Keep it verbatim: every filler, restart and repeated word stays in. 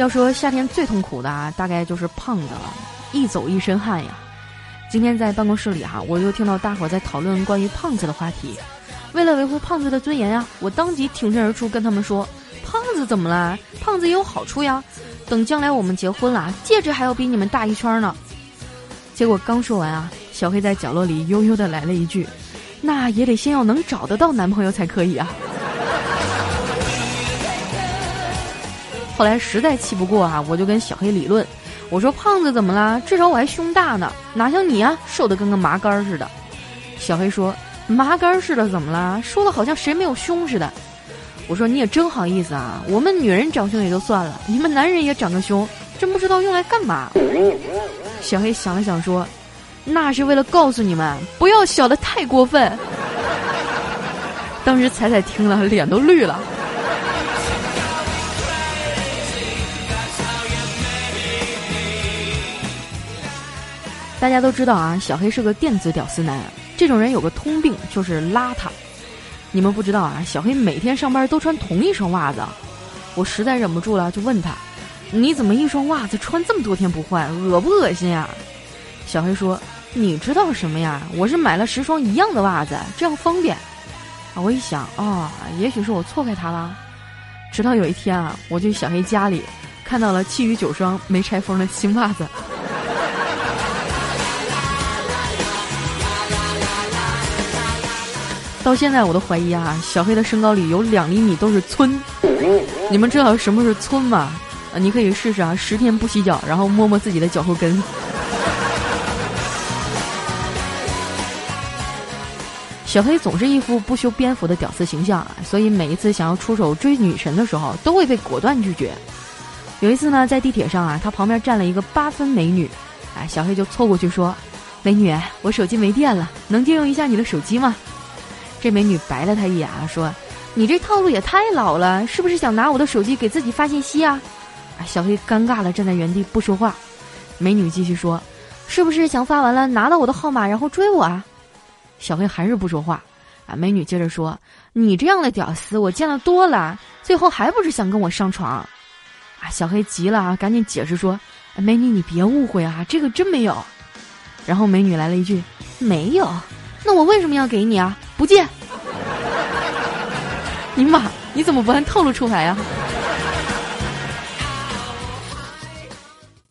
要说夏天最痛苦的啊，大概就是胖子了，一走一身汗呀。今天在办公室里啊，我就听到大伙在讨论关于胖子的话题。为了维护胖子的尊严啊，我当即挺身而出跟他们说，胖子怎么了？胖子也有好处呀，等将来我们结婚了，戒指还要比你们大一圈呢。结果刚说完啊，小黑在角落里悠悠地来了一句，那也得先要能找得到男朋友才可以啊。后来实在气不过啊，我就跟小黑理论，我说胖子怎么啦？至少我还胸大呢，哪像你啊，瘦得跟个麻杆似的。小黑说，麻杆似的怎么啦？说的好像谁没有胸似的。我说你也真好意思啊，我们女人长胸也就算了，你们男人也长个胸，真不知道用来干嘛。小黑想了想说，那是为了告诉你们不要小得太过分。当时彩彩听了脸都绿了。大家都知道啊，小黑是个电子屌丝男，这种人有个通病就是邋遢。你们不知道啊，小黑每天上班都穿同一双袜子，我实在忍不住了，就问他，你怎么一双袜子穿这么多天不换，恶不恶心啊？小黑说，你知道什么呀？我是买了十双一样的袜子，这样方便。啊，我一想，哦，也许是我错开他了。直到有一天啊，我去小黑家里，看到了其余九双没拆封的新袜子。到现在我都怀疑啊，小黑的身高里有两厘米都是皴。你们知道什么是皴吗？啊，你可以试试啊，十天不洗脚，然后摸摸自己的脚后跟。小黑总是一副不修边幅的屌丝形象啊，所以每一次想要出手追女神的时候，都会被果断拒绝。有一次呢，在地铁上啊，他旁边站了一个八分美女，哎，小黑就凑过去说，美女，我手机没电了，能借用一下你的手机吗？这美女白了他一眼啊，说，你这套路也太老了，是不是想拿我的手机给自己发信息啊？小黑尴尬了，站在原地不说话。美女继续说，是不是想发完了拿到我的号码然后追我啊？小黑还是不说话啊。美女接着说，你这样的屌丝我见了多了，最后还不是想跟我上床啊？小黑急了啊，赶紧解释说，美女你别误会啊，这个真没有。然后美女来了一句，没有，那我为什么要给你啊？不借。你妈，你怎么不按套路出牌啊？